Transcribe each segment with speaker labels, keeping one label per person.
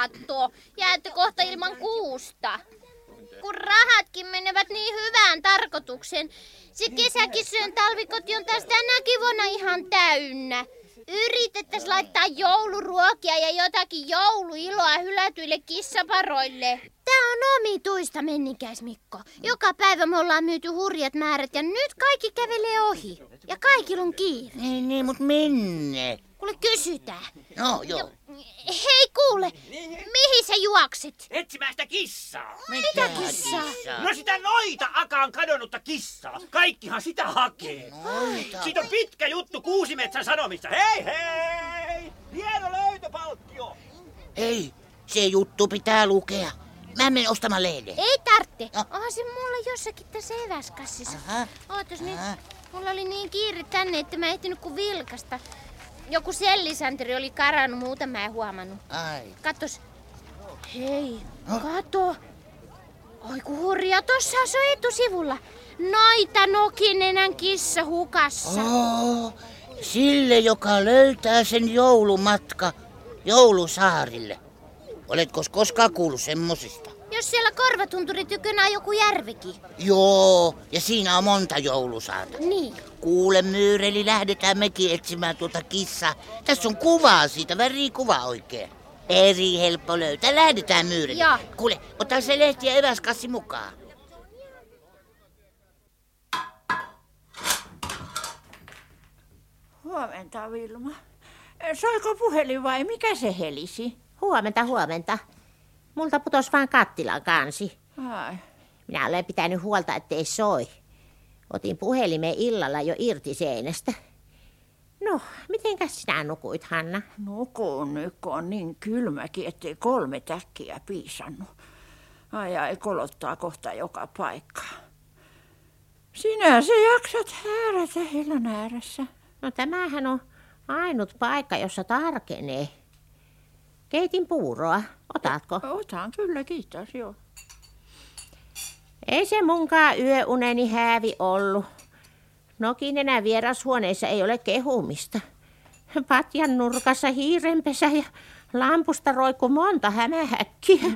Speaker 1: katto. Jäätte kohta ilman kuusta. Kun rahatkin menevät niin hyvään tarkoitukseen. Se kesäkissojen talvikoti on taas tänäkin vuonna ihan täynnä. Yritettäisiin laittaa jouluruokia ja jotakin jouluiloa hylätyille kissaparoille. Tää on omituista, mennikäis Mikko. Joka päivä me ollaan myyty hurjat määrät ja nyt kaikki kävelee ohi. Ja kaikilla on kiire.
Speaker 2: Niin, mut minne?
Speaker 1: Kuule, kysytään.
Speaker 2: No, joo.
Speaker 1: Hei kuule, mihin sä juokset?
Speaker 3: Etsimään sitä kissaa.
Speaker 1: Mitä kissaa?
Speaker 3: No sitä noita Akaan kadonnutta kissaa. Kaikkihan sitä hakee.
Speaker 2: Noita.
Speaker 3: Siitä on pitkä juttu Kuusimetsän Sanomissa. Hei hei! Hieno löytöpalkkio!
Speaker 2: Ei, se juttu pitää lukea. Mä menen ostamaan lehden.
Speaker 1: Ei tarvitse.
Speaker 2: No.
Speaker 1: Onhan se mulla jossakin tässä eväskassissa.
Speaker 2: Aha.
Speaker 1: Ootas nyt. Mulla oli niin kiire tänne, että mä en ehtinyt kuin vilkasta. Joku sellisanteri oli karannut, muuta mä en huomannut.
Speaker 2: Ai.
Speaker 1: Katos. Hei, kato. Oi ku hurjaa, tossa on se etusivulla. Noita Nokinenän kissa hukassa.
Speaker 2: Sille, joka löytää sen joulumatka Joulusaarille. Oletko koskaan kuullut semmosista?
Speaker 1: Jos siellä Korvatunturi tykönä on joku järvikin.
Speaker 2: Joo, ja siinä on monta joulusaarta.
Speaker 1: Niin.
Speaker 2: Kuule Myyreli, lähdetään mekin etsimään tuota kissaa. Tässä on kuvaa siitä, värikuva oikein. Eri helppo löytää. Lähdetään Myyreli.
Speaker 1: Joo.
Speaker 2: Kuule, ota se lehti ja eväskassi mukaan.
Speaker 4: Huomenta, Vilma. Soiko puhelin vai mikä se helisi?
Speaker 5: Huomenta. Multa putos vaan kattilan kansi.
Speaker 4: Ai.
Speaker 5: Minä olen pitänyt huolta, ettei soi. Otin puhelimen illalla jo irti seinästä. No, mitenkäs sinä nukuit, Hanna?
Speaker 4: Nukuun nyt, kun on niin kylmäkin, ettei 3 täkkiä piisannut. Ai, kolottaa kohta joka paikkaan. Sinä se jaksat häärätä illan ääressä.
Speaker 5: No tämähän on ainut paikka, jossa tarkenee. Keitin puuroa. Otatko?
Speaker 4: Otan kyllä, kiitos, joo.
Speaker 5: Ei se munkaan yöuneni häävi ollut. Nokinenä vierashuoneessa ei ole kehumista. Patjan nurkassa hiirenpesä ja lampusta roikkuu monta hämähäkkiä.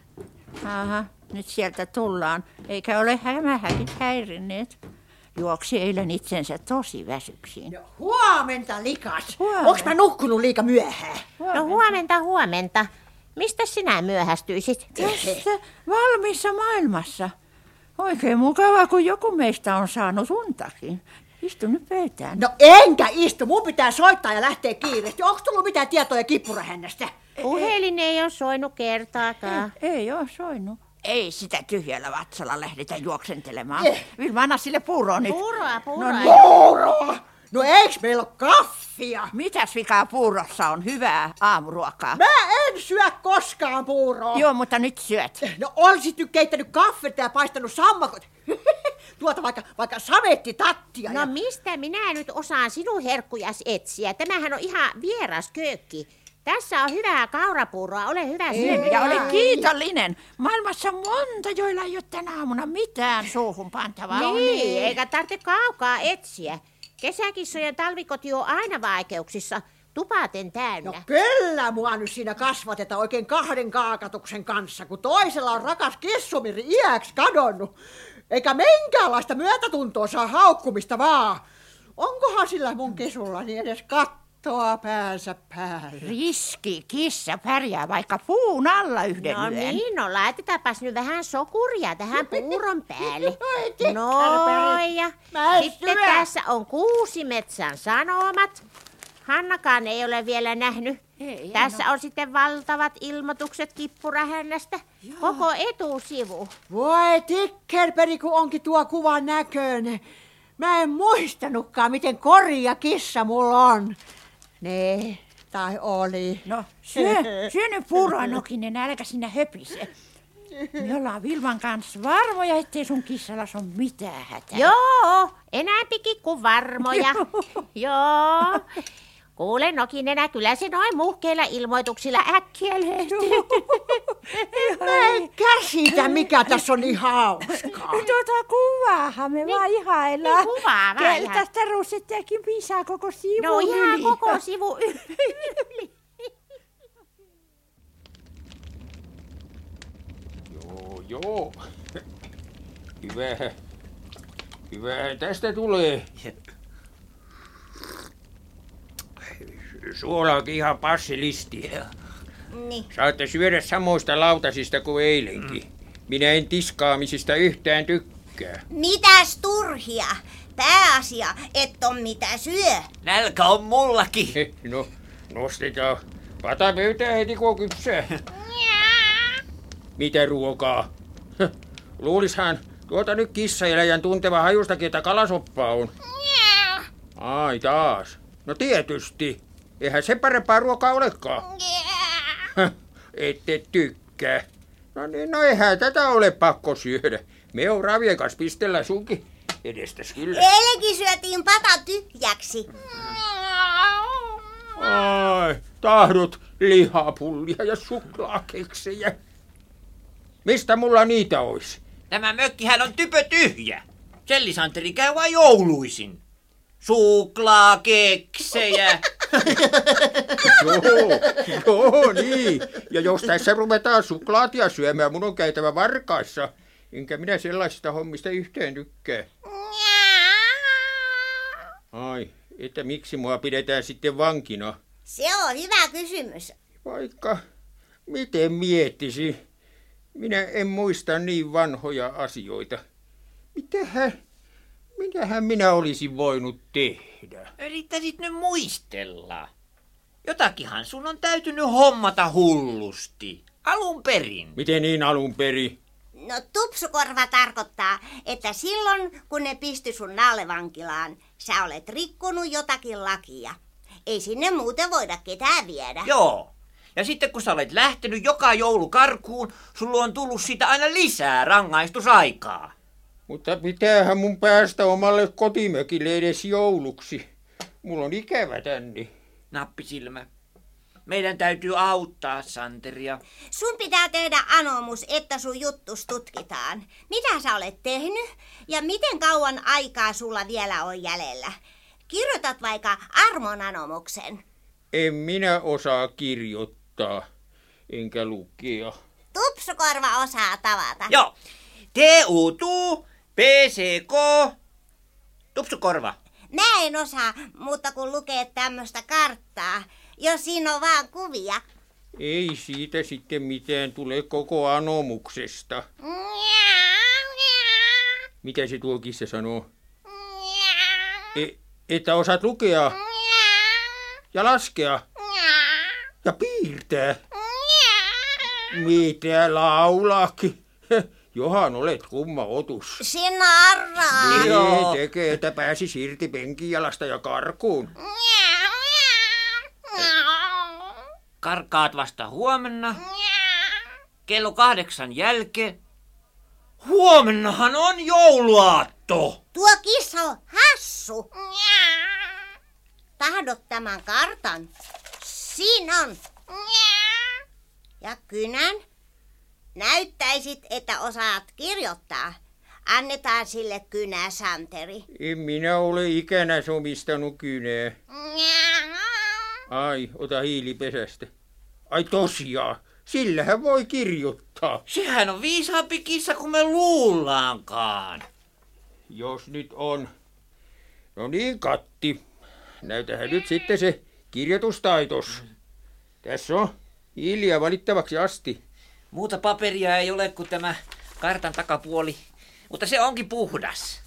Speaker 4: Aha, nyt sieltä tullaan, eikä ole hämähäkit häirinneet. Juoksi eilen itsensä tosi väsyksiin.
Speaker 6: No, huomenta, likas.
Speaker 4: Huomenta.
Speaker 6: Onks mä nukkunut liika myöhään?
Speaker 5: No huomenta. Mistä sinä myöhästyisit?
Speaker 4: Tässä valmiissa maailmassa. Oikein mukavaa, kun joku meistä on saanut untakin. Istu nyt pöytään.
Speaker 6: No enkä istu, mun pitää soittaa ja lähteä kiireesti. Onks tullut mitään tietoja kippurahännästä?
Speaker 5: Puhelin ei ole soinut kertaakaan.
Speaker 4: Ei oo soinut. Ei sitä tyhjällä vatsalla lähdetä juoksentelemaan. Vilma, anna sille puuroa nyt.
Speaker 5: Puuroa.
Speaker 6: Puuroa! No eiks meillä oo kaffia?
Speaker 4: Mitäs vikaa puurossa on hyvää aamuruokaa?
Speaker 6: Mä en syö koskaan puuroa.
Speaker 4: Joo, mutta nyt syöt.
Speaker 6: No olisit nyt keittänyt kaffetta ja paistanut sammakot. Tuota vaikka samettitattia.
Speaker 5: No mistä minä nyt osaan sinun herkkujas etsiä? Tämähän on ihan vieras köökki. Tässä on hyvää kaurapuuroa, ole hyvä syönyt.
Speaker 4: Ja ole kiitollinen. Maailmassa on monta, joilla ei ole tänä aamuna mitään suuhun pantavaa.
Speaker 5: Niin, eikä tarvitse kaukaa etsiä. Kesäkissojen talvikoti on aina vaikeuksissa, tupaten täynnä.
Speaker 6: No kyllä mua nyt siinä kasvatetaan oikein 2 kaakatuksen kanssa, kun toisella on rakas kissumiri iäksi kadonnut. Eikä minkäänlaista myötätuntoa saa haukkumista vaan. Onkohan sillä mun kisullani edes kattoa päänsä päällä?
Speaker 4: Riski kissa pärjää vaikka puun alla yhden
Speaker 5: No
Speaker 4: yön.
Speaker 5: niin, no laitetaanpas nyt vähän sokuria tähän puuron päälle.
Speaker 6: Ai,
Speaker 5: Noin, ja
Speaker 6: Mä en
Speaker 5: sitten
Speaker 6: syö.
Speaker 5: tässä on Kuusimetsän Sanomat. Hannakaan ei ole vielä nähnyt.
Speaker 4: Ei,
Speaker 5: Tässä on sitten valtavat ilmoitukset kippurahännästä. Koko etusivu.
Speaker 6: Voi tikkerperi, kun onkin tuo kuvan näköinen. Mä en muistanutkaan, miten korja kissa mulla on. Ne, tai oli.
Speaker 4: No, syö nyt puuroa, Nokinen, älkä sinä höpise. Me ollaan Vilman kanssa varmoja, ettei sun kissallas on mitään hätää.
Speaker 5: Joo, enääpikin kuin varmoja. Joo. Kuule Nokinenä, kyllä se noin muhkeilla ilmoituksilla äkkiä löytyy.
Speaker 6: Mä en käsitä, mikä tässä on niin hauskaa.
Speaker 4: Tuota kuvaahan me vaan ihaillaan.
Speaker 5: Niin kuvaa vaan
Speaker 4: Keltaista russettiakin piisaa koko sivun
Speaker 5: No ihan
Speaker 4: yli.
Speaker 5: koko sivu yli.
Speaker 7: Joo. Hyvähän tästä tulee. Suolaakin ihan passilistiä.
Speaker 8: Niin.
Speaker 7: Saatte syödä samoista lautasista kuin eilenkin. Minä en tiskaamisista yhtään tykkää.
Speaker 8: Mitäs turhia? Pääasia, et on mitä syö.
Speaker 3: Nälkä on mullakin.
Speaker 7: No, nostetaan. Pata pöytää heti kun on kypsää. Mitä ruokaa? Luulishan tuota nyt kissaeläjän tunteva hajustakin, että kalasoppaa on. Ai taas. No tietysti. Eihän se parempaa ruokaa olekaan. Ette tykkää. No niin, no eihän tätä ole pakko syödä. Me on Ravien kanssa pistellä sunkin edestäs kyllä.
Speaker 8: Eilenkin syötiin pata tyhjäksi.
Speaker 7: Ai, tahdot lihapullia ja suklaakeksejä. Mistä mulla niitä olisi?
Speaker 3: Tämä mökkihän on typötyhjä. Sellisanteri käy vain jouluisin. Suklaakeksejä.
Speaker 7: Joo, niin. Ja jos tässä ruvetaan suklaatia syömään, mun on käytävä varkaissa. Enkä minä sellaisista hommista yhteen tykkää. Ai, että miksi mua pidetään sitten vankina?
Speaker 8: Se on hyvä kysymys.
Speaker 7: Vaikka, miten miettisi? Minä en muista niin vanhoja asioita. Mitähän minä olisin voinut tehdä?
Speaker 3: Yrittäisit nyt muistella. Jotakinhan sun on täytynyt hommata hullusti. Alun perin.
Speaker 7: Miten niin alun perin?
Speaker 8: No tupsukorva tarkoittaa, että silloin kun ne pisti sun nallevankilaan, sä olet rikkonut jotakin lakia. Ei sinne muuten voida ketään viedä.
Speaker 3: Joo. Ja sitten kun sä olet lähtenyt joka joulu karkuun, sulla on tullut siitä aina lisää rangaistusaikaa.
Speaker 7: Mutta pitäähän mun päästä omalle kotimökille edes jouluksi. Mulla on ikävä tänne.
Speaker 3: Nappisilmä. Meidän täytyy auttaa Santeria.
Speaker 8: Sun pitää tehdä anomus, että sun juttus tutkitaan. Mitä sä olet tehnyt ja miten kauan aikaa sulla vielä on jäljellä? Kirjoitat vaikka armonanomuksen.
Speaker 7: En minä osaa kirjoittaa, enkä lukea.
Speaker 8: Tupsukorva osaa tavata.
Speaker 3: Joo. T-U-T-U, P-C-K, tupsukorva.
Speaker 8: Mä en osaa, mutta kun lukee tämmöstä karttaa, jos siinä on vaan kuvia.
Speaker 7: Ei siitä sitten mitään tule koko anomuksesta. Mitä se tuo kissa sanoo? Että osaat lukea ja laskea ja piirtää. Mitä laulaakin? Johan olet kumma otus.
Speaker 8: Se narraa.
Speaker 7: Niin tekee, että pääsis irti penkijalasta ja karkuun.
Speaker 3: Karkaat vasta huomenna. Kello 8 jälkeen. Huomennahan on jouluaatto.
Speaker 8: Tuo kissa on hassu. Tahdot tämän kartan? Siinä on. Ja kynän? Näyttäisit, että osaat kirjoittaa. Annetaan sille kynä, Santeri.
Speaker 7: En minä ole ikänä omistanut kynää. Ai, ota hiilipesästä. Ai tosiaan, sillähän voi kirjoittaa.
Speaker 3: Sehän on viisaampi kissa kuin me luullaankaan.
Speaker 7: Jos nyt on. No niin, Katti. Näytähän nyt sitten se kirjoitustaitos. Tässä on hiiliä valittavaksi asti.
Speaker 3: Muuta paperia ei ole kuin tämä kartan takapuoli, mutta se onkin puhdas.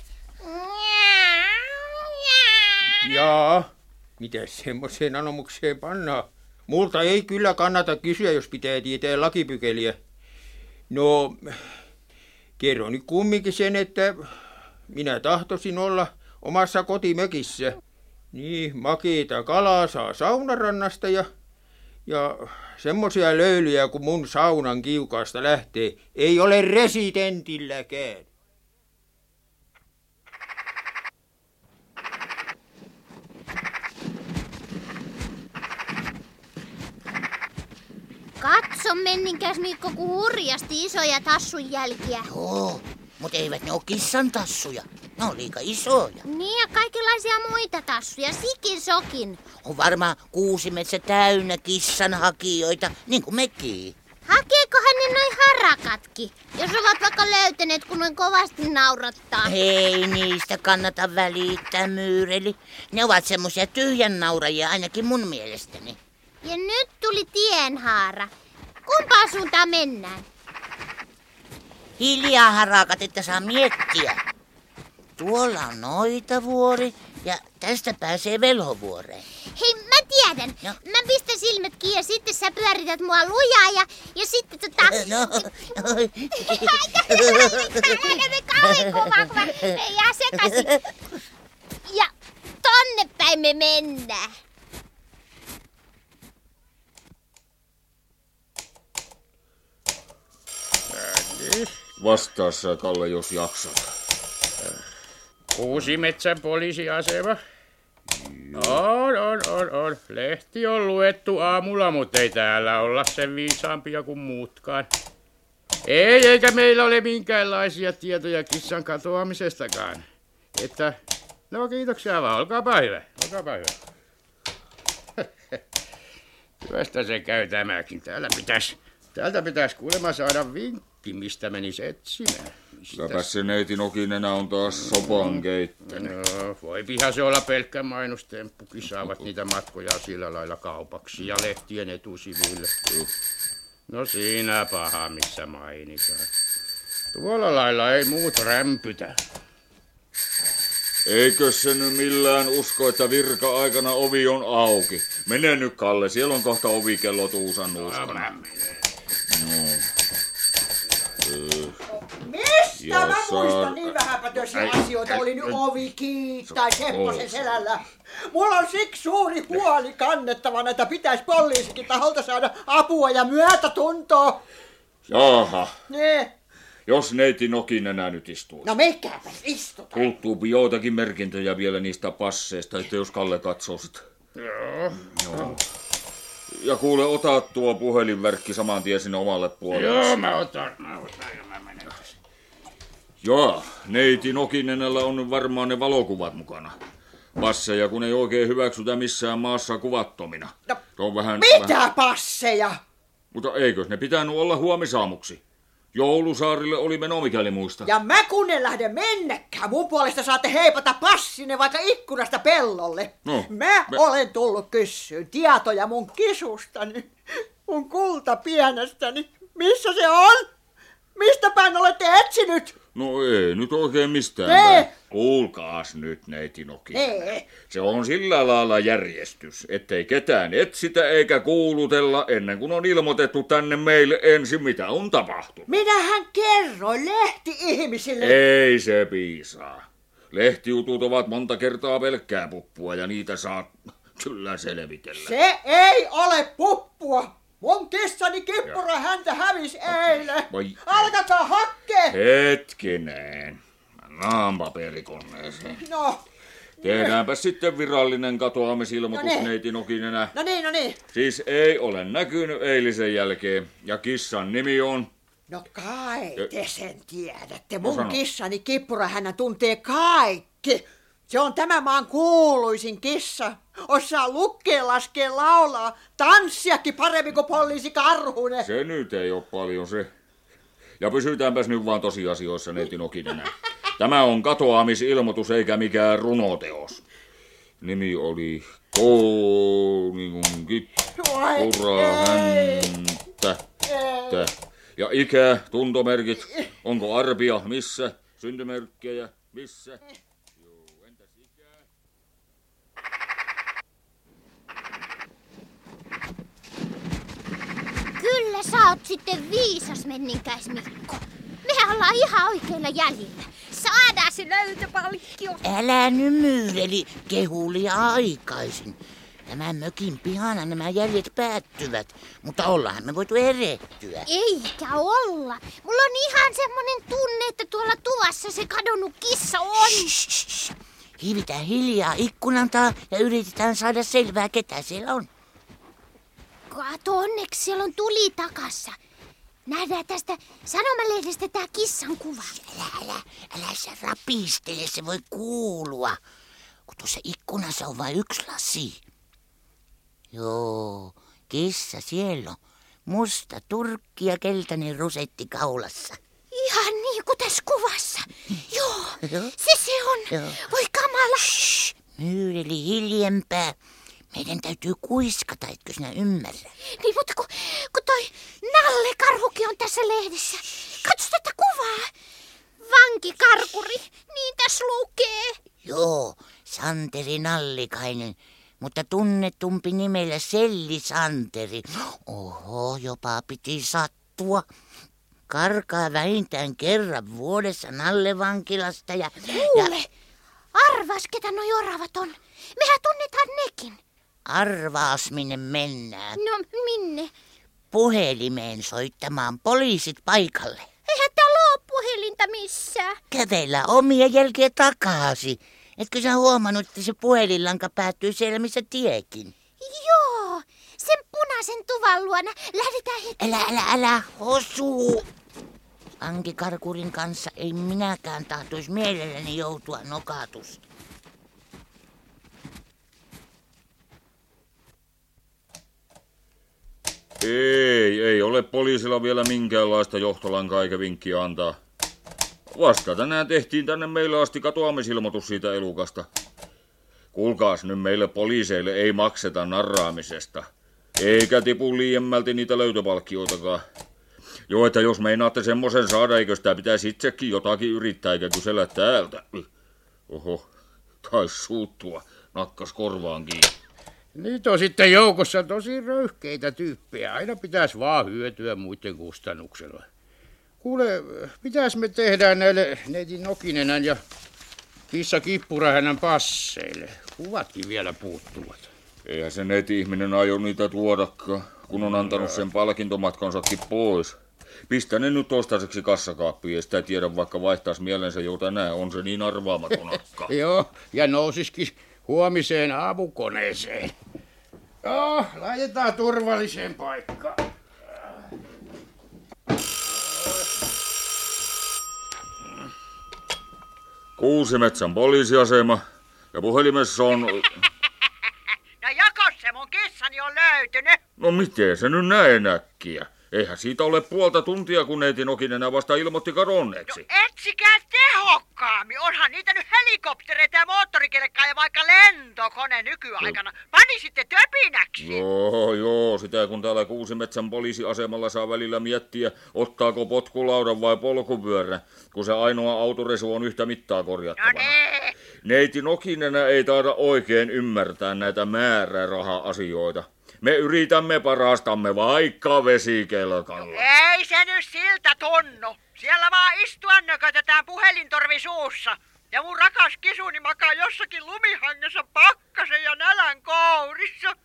Speaker 7: Jaa, mitäs semmoiseen anomukseen pannaan? Multa ei kyllä kannata kysyä, jos pitää tietää lakipykäliä. No, kerron nyt kumminkin sen, että minä tahtoisin olla omassa kotimökissä. Niin, makeita kalaa saa saunarannasta ja semmoisia löylyjä, kun mun saunan kiukaasta lähtee, ei ole residentilläkään.
Speaker 1: Katso menninkäs Mikko, kun hurjasti isoja tassun jälkiä.
Speaker 2: Joo, mutta eivät ne ole kissan tassuja. Ne on liika isoja.
Speaker 1: Niin ja kaikenlaisia muita tassuja, sikin sokin.
Speaker 2: On varmaan Kuusimetsä täynnä kissanhakijoita, niin kuin mekin.
Speaker 1: Hakeekohan ne noi harakatkin, jos ovat vaikka löytäneet, kun noin kovasti naurattaa?
Speaker 2: Ei niistä kannata välittää, Myyreli. Ne ovat semmoisia tyhjän naurajia ainakin mun mielestäni.
Speaker 1: Ja nyt tuli tienhaara. Kumpaan suuntaan mennään?
Speaker 2: Hiljaa harakat, että saa miettiä. Tuolla on Noitavuori ja tästä pääsee Velhovuoreen.
Speaker 1: Hei, mä tiedän.
Speaker 2: No.
Speaker 1: Mä pistän silmät kiinni ja sitten sä pyörität mua lujaa ja sitten
Speaker 2: No.
Speaker 1: Me kauhean kovaa, kun mä jää sekaisin. Ja tonne päin me mennään.
Speaker 9: Vastaa sä, Kalle, jos jaksat.
Speaker 10: Kuusimetsän poliisiasema. On. Lehti on luettu aamulla, mutta ei täällä olla sen viisaampia kuin muutkaan. Ei, eikä meillä ole minkäänlaisia tietoja kissan katoamisestakaan. Että, no kiitoksia vaan, olkaapa hyvä. Hyvästä se käy tämäkin. Täältä pitäisi kuulemma saada vinkki, mistä menisi etsimään.
Speaker 9: Kylläpäs se neiti Nokinenä on taas sopan keittänyt.
Speaker 10: No, voipihan se olla pelkkä mainostemppukin. Saavat niitä matkoja sillä lailla kaupaksi ja lehtien etusivuille. No siinä paha, missä mainitaan. Tuolla lailla ei muut rämpytä.
Speaker 9: Eikö se nyt millään usko, että virka-aikana ovi on auki? Mene nyt, Kalle, siellä on kohta ovikello tuusan nuuskana.
Speaker 6: Mistä mä muistan niin vähäpätöisiä asioita? Oli nyt ovi kiinni tai Sepposen selällä. Mulla on siksi suuri huoli kannettavana, että pitäisi poliisikin taholta saada apua ja myötätuntoa.
Speaker 9: Jaha,
Speaker 6: Ne.
Speaker 9: jos neiti Nokinenä nyt istuu.
Speaker 6: No mikäpäs istutaan.
Speaker 9: Puuttuu joitakin merkintöjä vielä niistä passeista, että jos Kalle katsoo sitä. Joo. Ja kuule, ota tuo puhelinverkki saman tien sinne omalle puolelle.
Speaker 10: Joo, mä otan ja mä menen.
Speaker 9: Joo, neiti Nokinenällä on nyt varmaan ne valokuvat mukana. Passeja, kun ei oikein hyväksytä missään maassa kuvattomina.
Speaker 6: No,
Speaker 9: se on vähän...
Speaker 6: Mitä passeja?
Speaker 9: Mutta eikös ne pitänyt olla huomisaamuksi? Joulusaarille oli meno, mikäli muista.
Speaker 6: Ja mä kun en lähde mennäkään. Mun puolesta saatte heipata passinne vaikka ikkunasta pellolle.
Speaker 9: No,
Speaker 6: mä olen tullut kyssyyn tietoja mun kisustani. Mun kulta pienestäni. Missä se on? Mistä päin olette etsinyt?
Speaker 9: No ei nyt oikein mistään. Kuulkaas nyt, neiti Nokinenä. Se on sillä lailla järjestys, ettei ketään etsitä eikä kuulutella ennen kuin on ilmoitettu tänne meille ensin, mitä on tapahtunut.
Speaker 6: Minähän kerroin lehti-ihmisille.
Speaker 9: Ei se piisaa. Lehtijutut ovat monta kertaa pelkkää puppua ja niitä saa kyllä selvitellä.
Speaker 6: Se ei ole puppua. Mun kissani Kippura häntä hävisi eilen. Alkakaa hakkea.
Speaker 9: Hetkinen. Naan paperikoneeseen.
Speaker 6: No.
Speaker 9: Tehdäänpä sitten virallinen katoamisilmoitus, neiti Nokinenä.
Speaker 6: No niin.
Speaker 9: Siis ei ole näkynyt eilisen jälkeen. Ja kissan nimi on...
Speaker 6: No kai te sen tiedätte. Mun kissani Kippura hänä tuntee kaikki. Se on tämän maan kuuluisin kissa. Osaa lukea, laskea, laulaa, tanssiakin paremmin kuin poliisi Karhunen.
Speaker 9: Se nyt ei ole paljon se. Ja pysytäänpäs nyt vaan tosiasioissa, neiti Nokinenä. Tämä on katoamisilmoitus eikä mikään runoteos. Nimi oli Koonigun Kippura häntä. Ja ikä, tuntomerkit. Onko arpia missä? Syntymerkkejä missä?
Speaker 1: Kyllä sä oot sitten viisas, menninkäis Mikko. Mehän ollaan ihan oikeilla jäljillä. Saadaan se löytöpalkkio.
Speaker 2: Älä nyt Myyreli, kehu liian aikaisin. Tämän mökin pihana nämä jäljet päättyvät, mutta ollaanhan me voitu erehtyä.
Speaker 1: Eikä olla. Mulla on ihan semmonen tunne, että tuolla tuvassa se kadonnut kissa on.
Speaker 2: Shh. Hivitään hiljaa ikkunan taa ja yritetään saada selvää, ketä siellä on.
Speaker 1: Kato, onneksi siellä on tuli takassa. Nähdään tästä sanomalehdestä tää kissan kuva.
Speaker 2: Älä sä rapistele, se voi kuulua. Kun tuossa ikkunassa on vain yksi lasi. Joo, kissa siellä on. Musta turkki ja keltainen rosetti kaulassa.
Speaker 1: Ihan niin kuin tässä kuvassa. Joo, se on.
Speaker 2: Joo.
Speaker 1: Voi kamala.
Speaker 2: Shh, Myyreli hiljempää. Meidän täytyy kuiskata, etkö sinä ymmärrä?
Speaker 1: Niin, mutta kun toi Nalle Karhukin on tässä lehdessä. Katso tätä kuvaa. Vankikarkuri, niin tässä lukee.
Speaker 2: Joo, Santeri Nallikainen, mutta tunnetumpi nimellä Selli Santeri. Oho, jopa piti sattua. Karkaa vähintään kerran vuodessa Nalle-vankilasta ja...
Speaker 1: Kuule, arvas ketä noi oravat on. Mehän tunnetaan nekin.
Speaker 2: Arvaas minne mennään.
Speaker 1: No, minne?
Speaker 2: Puhelimeen soittamaan poliisit paikalle.
Speaker 1: Eihän täällä ole puhelinta missään.
Speaker 2: Kävellä omia jälkiä takaisin. Etkö sä huomannut, että se puhelinlanka päättyy siellä, missä tiekin?
Speaker 1: Joo, sen punaisen tuvan luona. Lähdetään heti.
Speaker 2: Älä hosuu. Vankikarkurin kanssa ei minäkään tahtoisi mielelläni joutua nokatusta.
Speaker 9: Ei ole poliisilla vielä minkäänlaista johtolankaa eikä vinkkiä antaa. Vasta tänään tehtiin tänne meille asti katoamisilmoitus siitä elukasta. Kuulkaas nyt meille poliiseille ei makseta narraamisesta. Eikä tipu liiemmälti niitä löytöpalkkioitakaan. Joo, että jos meinaatte semmoisen saada, eikö sitä pitäisi itsekin jotakin yrittää eikä kysellä täältä. Oho, taisi suuttua. Nakkas korvaan kiinni.
Speaker 10: Niitä on sitten joukossa tosi röyhkeitä tyyppejä. Aina pitäisi vaan hyötyä muiden kustannuksella. Kuule, mitäs me tehdään näille neiti Nokinenän ja kissa Kippurahännän passeille? Kuvatkin vielä puuttuvat.
Speaker 9: Eihän se neiti-ihminen aio niitä tuodakaan, kun on antanut sen palkintomatkansakin pois. Pistä ne nyt toistaiseksi kassakaappiin, ja sitä tiedä vaikka vaihtaisi mielensä jo tänään. On se niin arvaamaton akka.
Speaker 10: Joo, ja nousisikin huomiseen aamukoneeseen. Joo, laitetaan turvalliseen paikkaan.
Speaker 9: Kuusimetsän poliisiasema ja puhelimessa on...
Speaker 6: No jakos se mun kissani on löytynyt.
Speaker 9: No miten se nyt näin äkkiä? Eihän siitä ole puolta tuntia, kun neiti Nokinen vasta ilmoitti kadonneeksi.
Speaker 6: No etsikää tehokkaammin. Onhan niitä nyt helikoptereita ja moottorikelkkaa ja vaikka lentokone nykyaikana. Pani sitten töpinäksi.
Speaker 9: Joo, sitä kun täällä Kuusimetsän poliisiasemalla saa välillä miettiä, ottaako potkulaudan vai polkupyörän, kun se ainoa autoresu on yhtä mittaa korjattavana.
Speaker 6: No niin.
Speaker 9: Neiti Nokinen ei taida oikein ymmärtää näitä määräraha-asioita. Me yritämme parastamme vaikka vesikelkalla.
Speaker 6: Ei se nyt siltä tunnu. Siellä vaan istua nökötetään puhelintorvi suussa. Ja mun rakas kisuni makaa jossakin lumihangessa pakkasen ja nälän kourissa.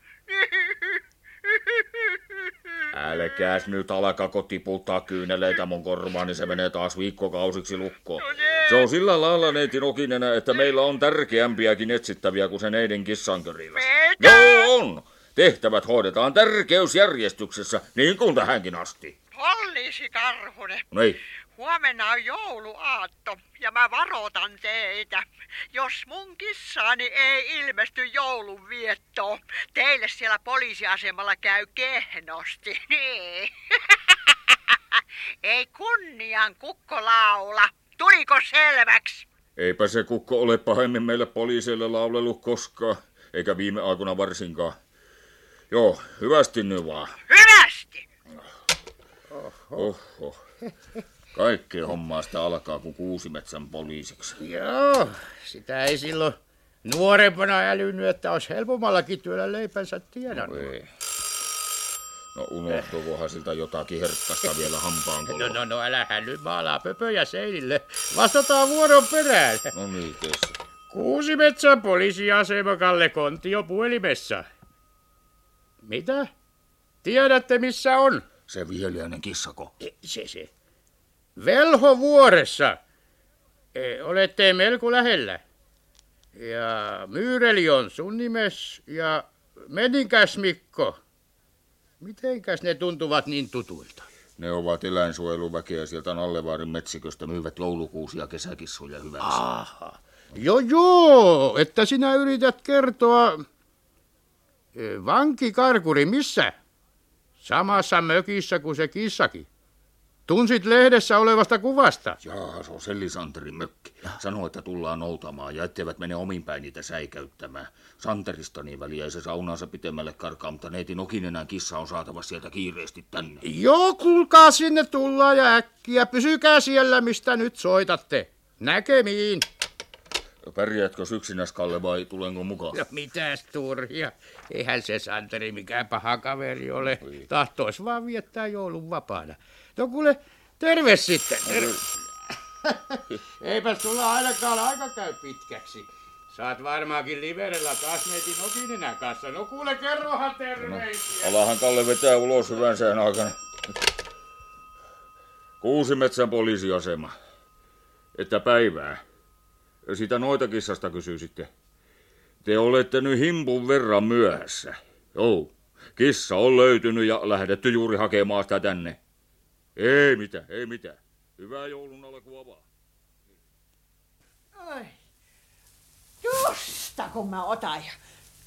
Speaker 9: Älkääs nyt alkako tiputtaa kyyneleitä mun korvaan, niin se menee taas viikkokausiksi lukkoon.
Speaker 6: No niin.
Speaker 9: Se on sillä lailla neiti Nokinen, että meillä on tärkeämpiäkin etsittäviä kuin se neiden kissankörillä.
Speaker 6: Mitä?
Speaker 9: Joo on! Tehtävät hoidetaan tärkeysjärjestyksessä, niin kuin tähänkin asti.
Speaker 6: Poliisi Karhunen.
Speaker 9: Niin.
Speaker 6: Huomenna on jouluaatto ja mä varoitan teitä. Jos mun kissani ei ilmesty joulunviettoon, teille siellä poliisiasemalla käy kehnosti. Niin. Ei kunnian kukko laula. Tuliko selväksi?
Speaker 9: Eipä se kukko ole pahemmin meille poliiseille laulellut koskaan, eikä viime aikoina varsinkaan. Joo, hyvästi nyt vaan.
Speaker 6: Hyvästi!
Speaker 9: Oho. Kaikkea hommaa sitä alkaa kuin Kuusimetsän poliisiksi.
Speaker 10: Joo, sitä ei silloin nuorempana älynyt, että olisi helpommallakin työllä leipänsä tienannut.
Speaker 9: Ei. No unohtuukohan siltä jotakin herkkasta vielä hampaankoloa.
Speaker 10: No, älähän nyt maalaa pöpöjä seinille. Vastataan vuoron perään.
Speaker 9: No niin, tässä.
Speaker 10: Kuusimetsän poliisiasema Kalle Kontio puhelimessa. Mitä? Tiedätte missä on?
Speaker 9: Se viheliäinen kissako.
Speaker 10: Se. Velhovuoressa. Olette melko lähellä. Ja Myyreli on sun nimes ja meninkäs Mikko. Mitenkäs ne tuntuvat niin tutuilta?
Speaker 9: Ne ovat eläinsuojeluväkeä sieltä Nallevaarin metsiköstä, myyvät joulukuusia kesäkissoja hyväksi.
Speaker 10: Aha. Joo, että sinä yrität kertoa... Vankikarkuri, missä? Samassa mökissä kuin se kissakin. Tunsit lehdessä olevasta kuvasta.
Speaker 9: Jaa, se on Selli-Santerin mökki. Sanoi, että tullaan noutamaan ja etteivät mene omin päin niitä säikäyttämään. Santerista niin väliä ei se saunaansa pitemmälle karkaa, mutta neiti Nokinenän kissa on saatava sieltä kiireesti tänne.
Speaker 10: Joo, kuulkaa sinne tullaan ja äkkiä. Pysykää siellä, mistä nyt soitatte. Näkemiin.
Speaker 9: Pärjäätkö yksinäs, Kalle, vai tulenko mukaan?
Speaker 10: No mitäs turhia. Eihän se Santeri mikään paha kaveri ole. Tahtois vaan viettää joulun vapaana. No kuule, terve sitten. Eipä sulla ainakaan aika käy pitkäksi. Saat varmaankin liverellä taas neiti Nokinenän kanssa. No kuule, kerrohan terveisiä.
Speaker 9: No, alahan Kalle vetää ulos hyvän sään aikana. Kuusimetsän poliisiasema. Että päivää. Sitä noita kissasta kysyisitte. Te olette nyt himpun verran myöhässä. Joo, kissa on löytynyt ja lähdetty juuri hakemaan sitä tänne. Ei mitään. Hyvää joulun alkua vaan.
Speaker 6: Ai. Justa kun mä otan ja...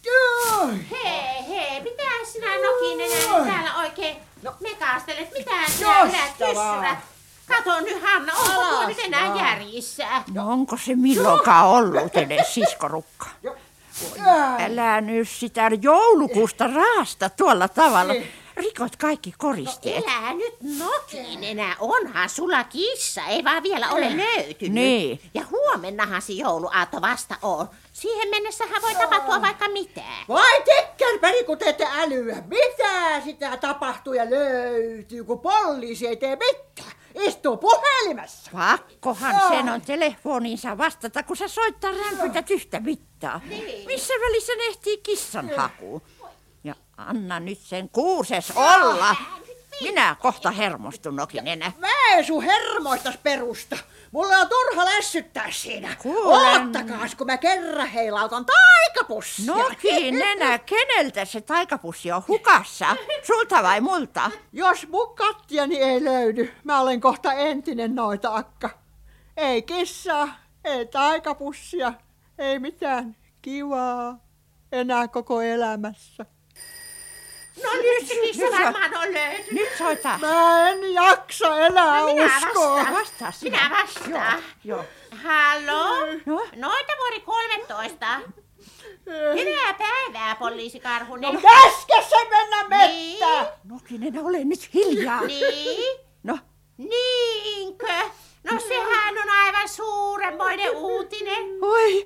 Speaker 5: Hei, mitä sinä Nokinenä täällä oikein mekastelet? Mitä sinä ylät kyssyvät? Kato nyt, Hanna, onko tuo nyt enää järjissä?
Speaker 4: No onko se milloinkaan ollut edes siskorukka? Älä nyt sitä joulukuusta raasta tuolla tavalla. Rikot kaikki koristeet.
Speaker 5: No elää nyt Nokinenä, onhan sulla kissa, ei vaan vielä ole löytynyt.
Speaker 4: Niin.
Speaker 5: Ja huomennahan se jouluaatto vasta on. Siihen mennessähän voi tapahtua vaikka mitään.
Speaker 6: Vai tekkelpäri, kun te ette älyä. Mitä sitä tapahtuu ja löytyy, kun poliisi ei tee mitään. Istuu puhelimessa.
Speaker 4: Pakkohan sen on telefoninsa vastata, kun sä soittaa rämpytät yhtä mittaa.
Speaker 5: Niin.
Speaker 4: Missä välissä ne ehtii kissan hakuun? Ja anna nyt sen kuuses olla. Minä kohta hermostun, Nokinenä.
Speaker 6: Mä en sun hermoistas perusta. Mulla on turha lässyttää siinä.
Speaker 4: Kuulen.
Speaker 6: Oottakaas, kun mä kerran heilautan taikapussia.
Speaker 4: Nokinenä, keneltä se taikapussi on hukassa? Sulta vai multa?
Speaker 6: Jos mun kattiani ei löydy, mä olen kohta entinen noita akka. Ei kissaa, ei taikapussia, ei mitään kivaa enää koko elämässä.
Speaker 5: No nyt se kissa varmaan on löytynyt.
Speaker 4: Nyt soita.
Speaker 6: Mä en jaksa enää uskoa.
Speaker 4: Vastaa sinä.
Speaker 5: Minä vastaan.
Speaker 4: Joo.
Speaker 5: Hallo?
Speaker 4: No?
Speaker 5: Noita vuori 13. Hyvää päivää, poliisi Karhunen.
Speaker 6: Käske se mennä mettään!
Speaker 4: Nokinen, ole nyt hiljaa.
Speaker 5: Niin?
Speaker 4: No?
Speaker 5: Niinkö? No sehän on aivan suuremmoinen uutinen.
Speaker 4: Oi.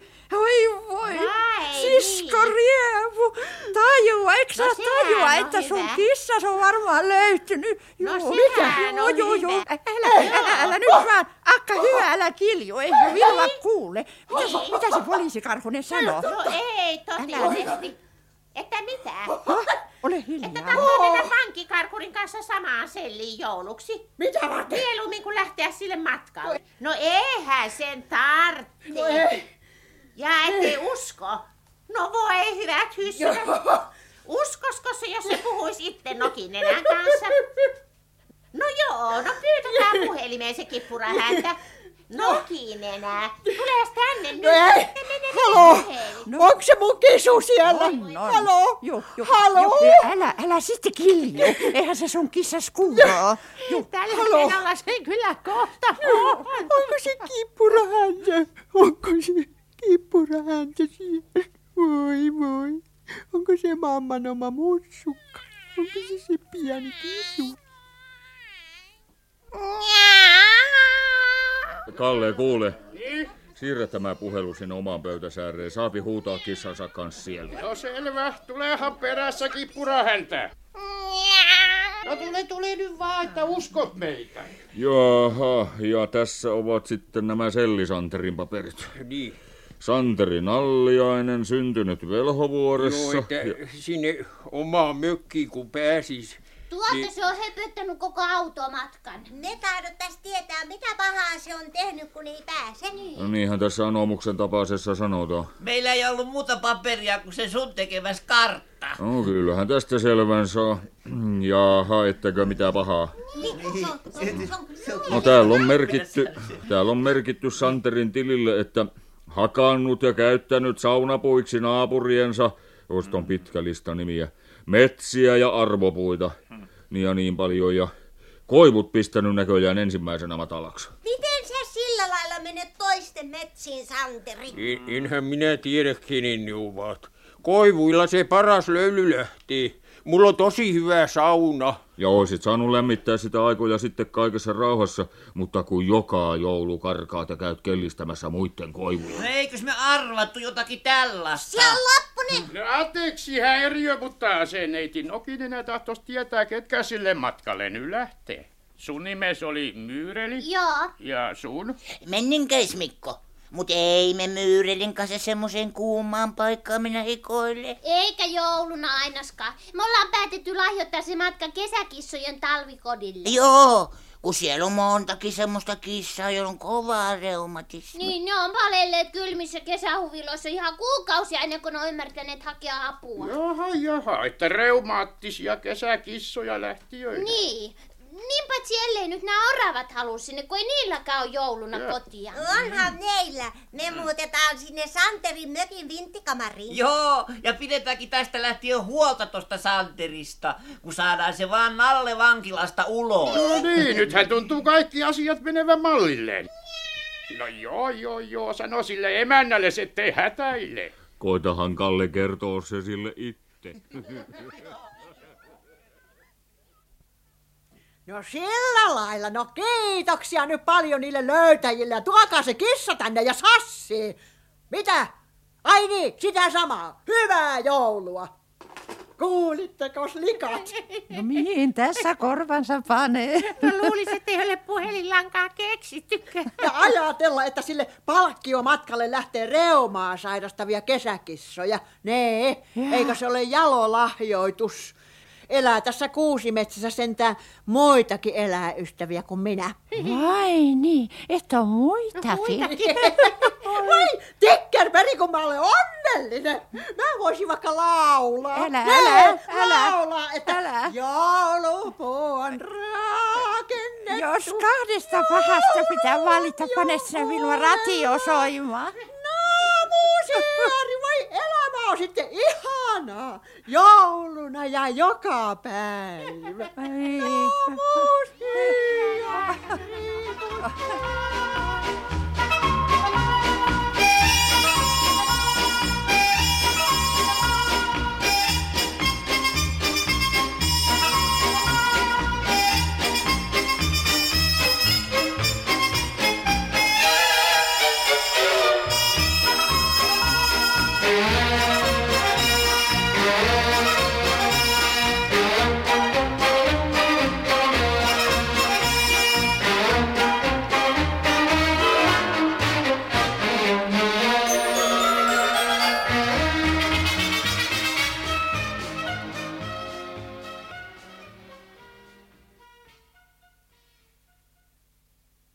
Speaker 4: Sisko Rievu. Tajua, eikö sä tajua, että sun kissas on varmaan löytynyt?
Speaker 5: No sehän on hyvä.
Speaker 4: Älä nyt vaan. Akka hyvä, älä kilju, eihän Vilma kuule. Mitä se poliisikarhunen sanoo?
Speaker 5: No ei totisesti. Että mitä?
Speaker 4: Ole hiljaa.
Speaker 5: Että tahtoo mennä pankkikarkurin kanssa samaan selliin jouluksi.
Speaker 6: Mitä varten?
Speaker 5: Mieluummin kuin lähteä sille matkalle. No eihän sen tarvitse.
Speaker 6: No ei.
Speaker 5: Ja ettei usko. No voi hyvät hyssyvät. Uskosko se, jos se puhuisi itse Nokinenän kanssa? No joo, no pyytetään puhelimeen se kippurahäntä. Nokinenä, tulees tänne nyt.
Speaker 6: No ei. Halo, onko se mun kisu siellä?
Speaker 4: On.
Speaker 6: Halo,
Speaker 4: Halo. Älä sitten kilju, eihän se sun kissas kuuloo.
Speaker 5: Tällä kerralla sen kyllä kohta.
Speaker 6: Onko se kippurahäntä? Onko se kippurahäntä siellä? Voi. Onko se mamman oma mussukka? Onko se pieni kisu?
Speaker 9: Kalle, kuule. Siirrä tämä puhelu sinne omaan pöytäsääreen. Saapi huutaa kissansa kanssa siellä.
Speaker 10: No selvä, tuleehan perässä kippurahäntä. No tule nyt vaan, että uskot meitä.
Speaker 9: Jaha, ja tässä ovat sitten nämä Selli-Santerin paperit.
Speaker 7: Niin.
Speaker 9: Santeri Nalliainen, syntynyt Velhovuoressa.
Speaker 7: Joo, että sinne omaan mökkiin kun pääsis.
Speaker 1: Tuolta se on höpöttänyt koko automatkan.
Speaker 8: Me taidottais tietää, mitä pahaa se on tehnyt, kun ei pääse niin.
Speaker 9: No niinhän tässä anomuksen tapaisessa sanotaan.
Speaker 11: Meillä ei ollut muuta paperia kuin se sun tekemäs kartta.
Speaker 9: No kyllähän tästä selvän saa. Jaha, ettekö mitä pahaa? No täällä on merkitty Santerin tilille, että hakannut ja käyttänyt saunapuiksi naapuriensa, joista on pitkä lista nimiä, metsiä ja arvopuita. niin ja niin paljon ja koivut pistänyt näköjään ensimmäisenä matalaksi.
Speaker 8: Miten sä sillä lailla menet toisten metsiin, Santeri?
Speaker 7: Enhän minä tiedä, kenen ne ovat. Koivuilla se paras löyly lähtee. Mulla on tosi hyvä sauna.
Speaker 9: Ja oisit saanut lämmittää sitä aikoja sitten kaikessa rauhassa, mutta kun joka joulu karkaat ja käyt kellistämässä muiden koivuja.
Speaker 11: No eikös me arvattu jotakin tällaista?
Speaker 8: Se on Lappunen!
Speaker 10: No anteeksi häiriö, mutta se neiti Nokinen tahtoisi tietää, ketkä sille matkalle nyt lähtee. Sun nimes oli Myyreli?
Speaker 1: Joo.
Speaker 10: Ja sun?
Speaker 2: Menninkäis Mikko? Mut ei me Myyrelin kanssa semmoiseen kuumaan paikkaan minä hikoille.
Speaker 1: Eikä jouluna ainaskaan. Me ollaan päätetty lahjoittaa se matka kesäkissojen talvikodille.
Speaker 2: Joo, kun siellä on montakin semmoista kissaa, jolla on kovaa reumatismi.
Speaker 1: Niin, ne on palelleet kylmissä kesähuviloissa ihan kuukausia ennen kuin ne on ymmärtäneet hakea apua.
Speaker 10: Jaha, että reumaattisia kesäkissoja lähtiöitä.
Speaker 1: Niin. Niin paitsi ellei nyt nämä oravat halua sinne, kun ei niilläkään ole jouluna kotia.
Speaker 8: Onhan neillä. Me muutetaan sinne Santerin mökin vinttikamariin.
Speaker 11: Joo, ja pidetäänkin tästä lähtien huolta tosta Santerista, kun saadaan se vaan Nalle vankilasta ulos.
Speaker 10: No niin, nythän tuntuu kaikki asiat menevän mallilleen. No joo, sano sille emännälle, ettei hätäile.
Speaker 9: Koitahan Kalle kertoa se sille itse.
Speaker 6: No sillä lailla, no kiitoksia nyt paljon niille löytäjille ja tuokaa se kissa tänne ja Sassi. Mitä? Ai niin, sitä samaa. Hyvää joulua. Kuulittekos likat?
Speaker 4: No mihin tässä korvansa panee?
Speaker 5: No luulis, ettei ole puhelinlankaa keksittykään.
Speaker 6: Ja ajatella, että sille palkkiomatkalle lähtee reumaa sairastavia kesäkissoja. Nee, eikö se ole jalolahjoitus? Elää tässä Kuusimetsässä sentään muitakin eläystäviä kuin minä.
Speaker 4: Vai niin, että on muitakin.
Speaker 6: Vai, Tikkerperi, kun mä olen onnellinen. Mä voisin vaikka laulaa.
Speaker 4: Älä.
Speaker 6: Laulaa, että joulupuu on rakennettu.
Speaker 4: Jos kahdesta pahasta pitää valita, pane sinä minua radio soimaan.
Speaker 6: Musiari, voi elämä on sitten ihanaa. Jouluna ja joka päivä.
Speaker 4: Ai.
Speaker 6: Musiari.